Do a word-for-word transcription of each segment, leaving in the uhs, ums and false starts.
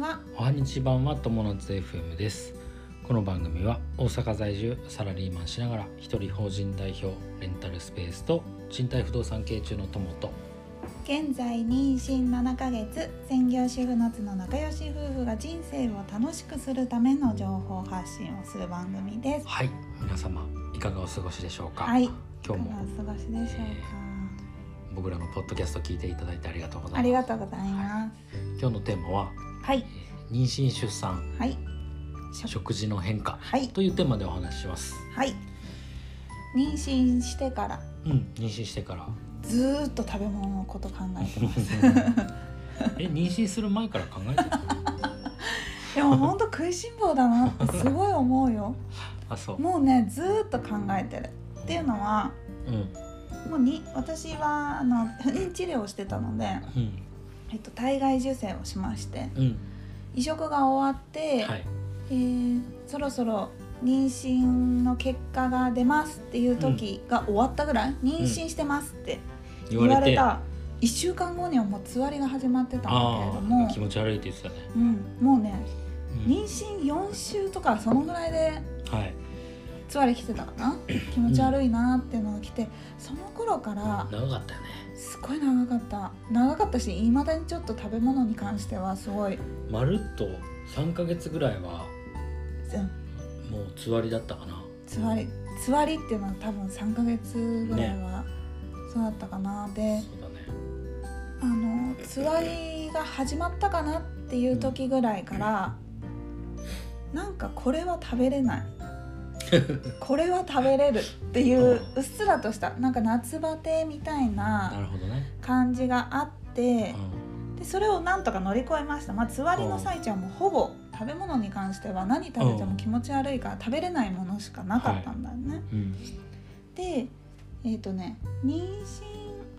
は。 おはにちばんは友達 エフエム です。この番組は大阪在住サラリーマンしながら一人法人代表、レンタルスペースと賃貸不動産系中の友と現在妊娠ななかげつ、専業主婦夏の仲良し夫婦が人生を楽しくするための情報発信をする番組です。 はい、皆様いかがお過ごしでしょうか。 はい、 今日もいかがお過ごしでしょうか、 えー、僕らのポッドキャスト聞いていただいてありがとうございます。 ありがとうございます、 はい、今日のテーマは、 はい、 えー、妊娠出産、 はい、 食事の変化、 はい、 というテーマでお話しします。 はい。妊娠してからうん、妊娠してからずーっと食べ物のこと考えてますえ、妊娠する前から考えてたでも本当食いしん坊だなってすごい思うよあ、そう。 もうね、ずーっと考えてるっていうのは、 うん、 もうに私はあの不妊治療をしてたので、 うんえっと、体外受精をしまして、 うん、 移植が終わって、 はい、 えー、そろそろ妊娠の結果が出ますっていう時が終わったぐらい、うん、妊娠してますって言われたいっしゅうかんごにはもうつわりが始まってたんだけれども、 気持ち悪いって言ってたね、 うん、もうね、 うん、 妊娠よん週とかそのぐらいではいつわり来てたかな気持ち悪いなっていうのが来て、その頃から長かったよね。 すごい長かった長かったし、いまだにちょっと食べ物に関してはすごいまるっとさんかげつぐらいはうんもうつわりだったかな。 つわりつわりっていうのは多分さんかげつぐらいはそうだったかな、ね、でそうだね、 あのつわりが始まったかなっていう時ぐらいから、うん、なんかこれは食べれないこれは食べれるっていううっすらとしたなんか夏バテみたいな感じがあって、でそれをなんとか乗り越えました。まあ、つわりの最中はもうほぼ食べ物に関しては何食べても気持ち悪いから食べれないものしかなかったんだよね、はい、うん、でえっとね妊娠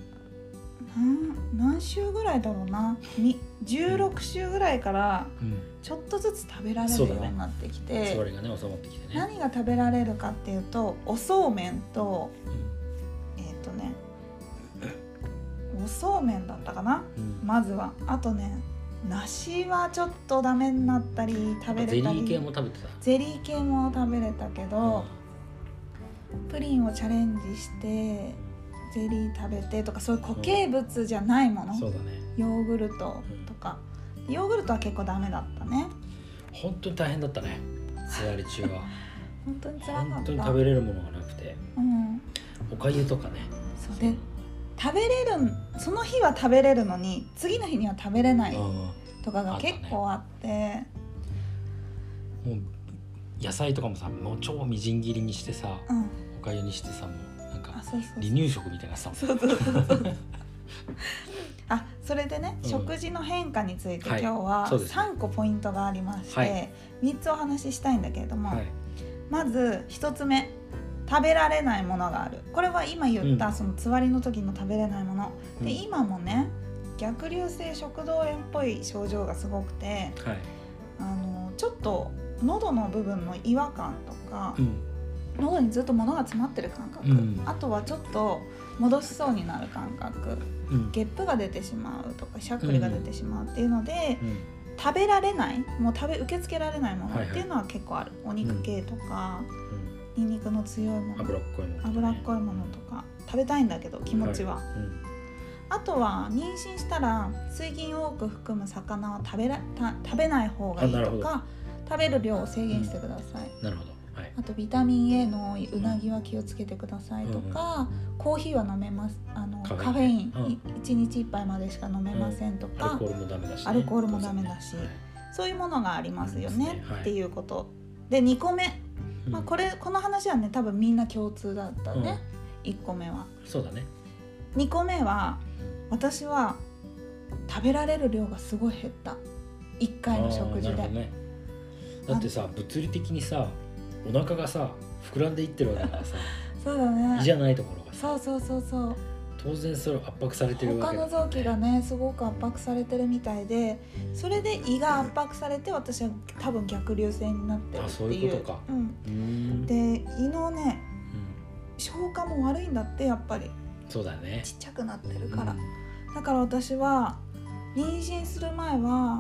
何, 何週ぐらいだろうなじゅうろく週ぐらいからちょっとずつ食べられるようになってきて、 つわりがね収まってきてね、 何が食べられるかっていうとおそうめんと、うん、えっとねおそうめんだったかな、うん、まずはあとね梨はちょっとダメになったり食べれたり、 ゼリー系も食べてたゼリー系も食べれたけど、うん、プリンをチャレンジしてゼリー食べてとかそういう固形物じゃないもの、うん、 そうだね、 ヨーグルトとか、うん、ヨーグルトは結構ダメだったね。 本当に大変だったね、つわり中は本当に辛かった。 本当に食べれるものがなくて、うん、おかゆとかね。 そうで食べれるその日は食べれるのに次の日には食べれないとかが結構あって、ね、 もう野菜とかもさもう超みじん切りにしてさ、うん、おかゆにしてさもうなんか離乳食みたいなさ、 そうそうそうそうあ、それでね、うん、食事の変化について今日はさんこポイントがありまして、はい、みっつお話ししたいんだけれども、はい、まずひとつめ、食べられないものがある。これは今言ったそのつわりの時の食べれないもの、うん、で今もね逆流性食道炎っぽい症状がすごくて、はい、あのちょっと喉の部分の違和感とか、うん、喉にずっと物が詰まってる感覚、うん、あとはちょっと戻しそうになる感覚、うん、ゲップが出てしまうとかしゃっくりが出てしまうっていうので、うん、食べられないもう食べ受け付けられないものっていうのは結構ある、はいはい、お肉系とか、うん、ニンニクの強いもの、 脂っこいもの、ね、 脂っこいものとか食べたいんだけど気持ちは、はい、うん、あとは妊娠したら水銀を多く含む魚は食べらた食べない方がいいとか、食べる量を制限してください、 うん、なるほど、はい、 あとビタミン A のうなぎは気をつけてくださいとか、うん、コーヒーは飲めます、あのカフェイン、うん、いちにちいっぱいまでしか飲めませんとか、 うん、アルコールもダメだし、ね、 アルコールもダメだし、はい、そういうものがありますよね、ね、はい、っていうことで、にこめ、まあ、これこの話はね多分みんな共通だったね、うん、いっこめは。 そうだね。 にこめは私は食べられる量がすごい減った、いっかいの食事で、ね、 だってさ物理的にさお腹がさ膨らんでいってるわけだからさそうだね、 胃じゃないところがさ、そうそうそうそう、 当然それ圧迫されてるわけだ、 ね、他の臓器がねすごく圧迫されてるみたいで、それで胃が圧迫されて私は多分逆流性になってるっていう。あ、そういうことか、うん、うーんで胃のね、うん、消化も悪いんだって、やっぱりそうだね、 ちっちゃくなってるから、うん、だから私は妊娠する前は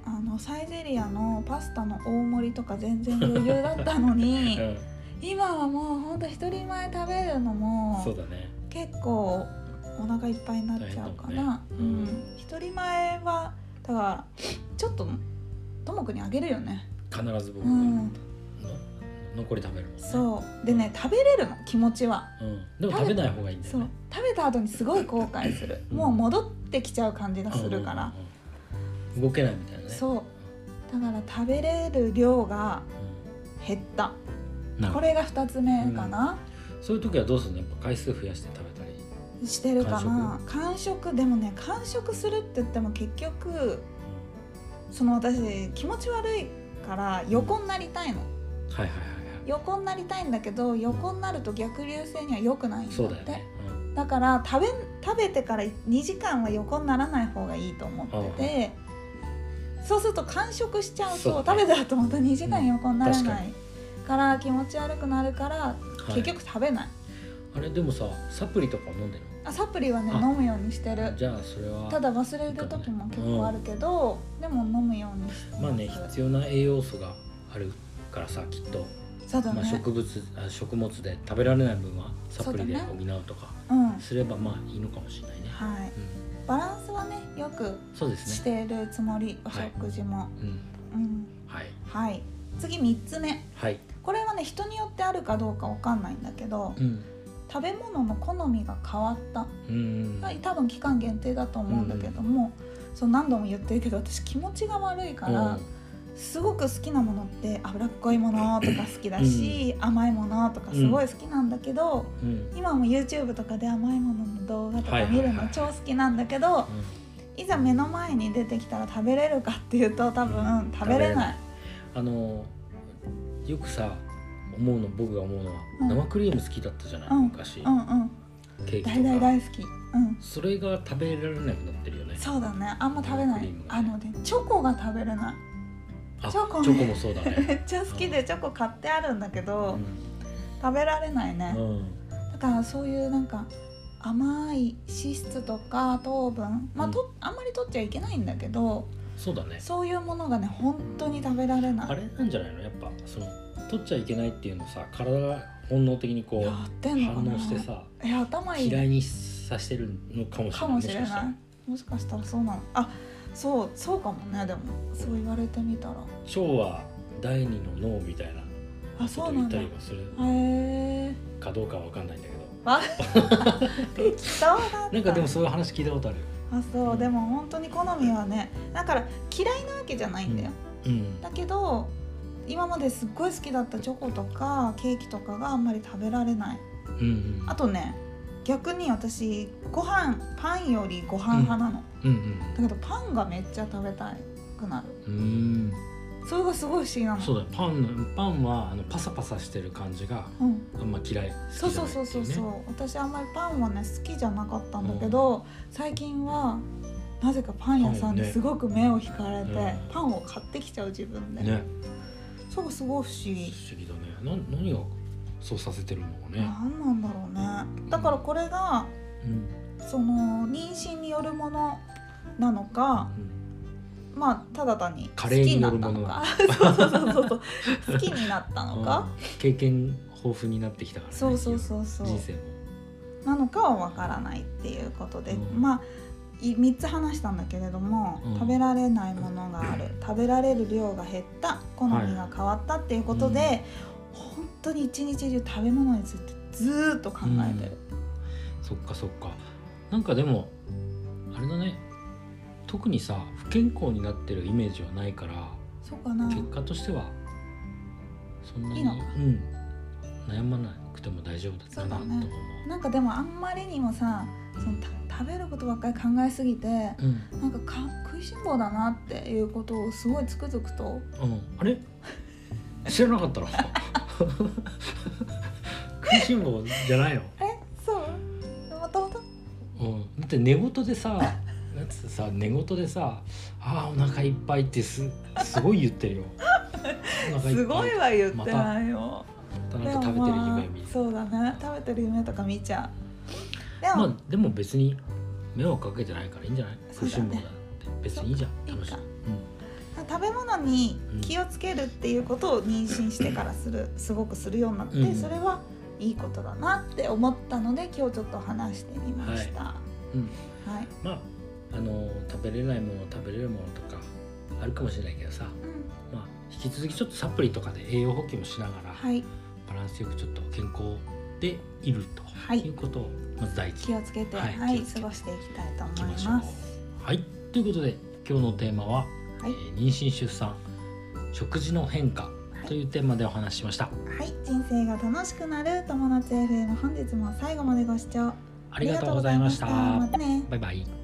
あのサイゼリアのパスタの大盛りとか全然余裕だったのに、うん、今はもうほんと一人前食べるのもそうだね結構お腹いっぱいになっちゃうかな、ねうんうん、一人前はだからちょっとともくんにあげるよね必ず僕、うん、残り食べるもんねそうでね食べれるの気持ちは、 うん、でも食べない方がいいんだよねそう食べた後にすごい後悔する、うん、もう戻ってきちゃう感じがするから、うんうんうん、動けないみたいなねそうだから食べれる量が減った、うん、これがふたつめかな、 うん、そういう時はどうするのやっぱ回数増やして食べたりしてるかな間食でもね間食するって言っても結局、うん、その私気持ち悪いから横になりたいの、 うん、はいはいはい横になりたいんだけど横になると逆流性には良くないんだってそうだよね、うん、だから食べ、食べてからにじかんは横にならない方がいいと思ってて、うん、そうすると間食しちゃうと、ね、食べた後またにじかん横にならない、うん、から気持ち悪くなるから結局食べない、はい、 あれでもさサプリとか飲んでるあサプリはね飲むようにしてるじゃあそれはただ忘れる時も結構あるけど、うん、でも飲むようにしてますまあね必要な栄養素があるからさきっとそうだね、 まあ、植物あ食物で食べられない分はサプリで補うとかすればまあいいのかもしれないね、 はい、うん、バランスはねよくしているつもり、ね、お食事も、はいうんうんはいはい、次みっつめ、 はい、 これはね人によってあるかどうかわかんないんだけど、うん、食べ物の好みが変わった、うん、多分期間限定だと思うんだけども、うん、そう何度も言ってるけど私気持ちが悪いから、うんすごく好きなものって脂っこいものとか好きだし、うん、甘いものとかすごい好きなんだけど、うん、今も YouTube とかで甘いものの動画とか見るの超好きなんだけど、はいはいはい、いざ目の前に出てきたら食べれるかっていうと多分食べれない。 あのよくさ思うの僕が思うのは、うん、生クリーム好きだったじゃない、うん、昔、うんうん、ケーキとか大大大好き、うん、 それが食べられなくなってるよね。 そうだねあんま食べない、ね、あのねチョコが食べれないチョコ、ね、チョコもそうだねめっちゃ好きでチョコ買ってあるんだけど、うん、食べられないね、うん、だからそういうなんか甘い脂質とか糖分、まあ、と、うん、あんまり取っちゃいけないんだけどそうだねそういうものがね本当に食べられない。 あれなんじゃないのやっぱその取っちゃいけないっていうのさ体が本能的にこう反応してさいや頭いい嫌いにさせてるのかもしれないかもしれないもしかしたらそうなのあそうそうかもねでもそう言われてみたら腸は第二の脳みたいなことを言ったりもするかどうかは分かんないんだけど適当だったなんかでもそういう話聞いたことあるあそう、うん、でも本当に好みはねだから嫌いなわけじゃないんだよ、うんうん、だけど今まですっごい好きだったチョコとかケーキとかがあんまり食べられない、うんうん、あとね逆に私ご飯パンよりご飯派なの、うんうんうん、だけどパンがめっちゃ食べたくなるうんそれがすごい不思議なのそうだよパン、パンはあのパサパサしてる感じがあんま嫌い、うん、 そうそうそうそうそう私あんまりパンはね好きじゃなかったんだけど、うん、最近はなぜかパン屋さんですごく目を引かれてパン、ね、パンを買ってきちゃう自分で、ね、そうすごい不思議不思議だねな何がそうさせてるのかね何なんだろうねだからこれが、うん、その妊娠によるものなのか、うん、まあただ単に好きになったのかそうそうそうそう好きになったのか経験豊富になってきたからねそうそうそうそう人生もなのかはわからないっていうことで、うん、まあみっつ話したんだけれども、うん、食べられないものがある食べられる量が減った好みが変わったっていうことで、はい本当に一日中食べ物についてずっと考えてる、 うん、そっかそっかなんかでもあれだね特にさ不健康になってるイメージはないからそうかな結果としてはそんなにいいのか、 うん、悩まなくても大丈夫だったなと思う、ね、 なんかでもあんまりにもさその食べることばっかり考えすぎて、うん、なんか、か食いしん坊だなっていうことをすごいつくづくと、うん、 あれ知らなかったの食いしん坊じゃないのえそうもともとうんだって寝言でさなんつってさ寝言でさあーお腹いっぱいってすすごい言ってるよお腹いっぱいすごいは言ってないよまたなんか食べてる夢見る、 まあ、そうだね食べてる夢とか見ちゃうでも,、まあ、でも別に目をかけてないからいいんじゃない、ね、食いしん坊だって別にいいじゃん楽しい、うん、 食べ物に気をつけるっていうことを妊娠してからするすごくするようになって、うん、それはいいことだなって思ったので今日ちょっと話してみました。はいうんはい、 まああの食べれないもの食べれるものとかあるかもしれないけどさ、うんまあ、引き続きちょっとサプリとかで栄養補給もしながら、はい、バランスよくちょっと健康でいるということをまず第一気をつけて、はいはい、過ごしていきたいと思います。 はい、ということで今日のテーマは、はいえー、妊娠出産食事の変化というテーマでお話ししました。はい、はい、人生が楽しくなる友達 エフエム 本日も最後までご視聴ありがとうございました。 またね。 バイバイ。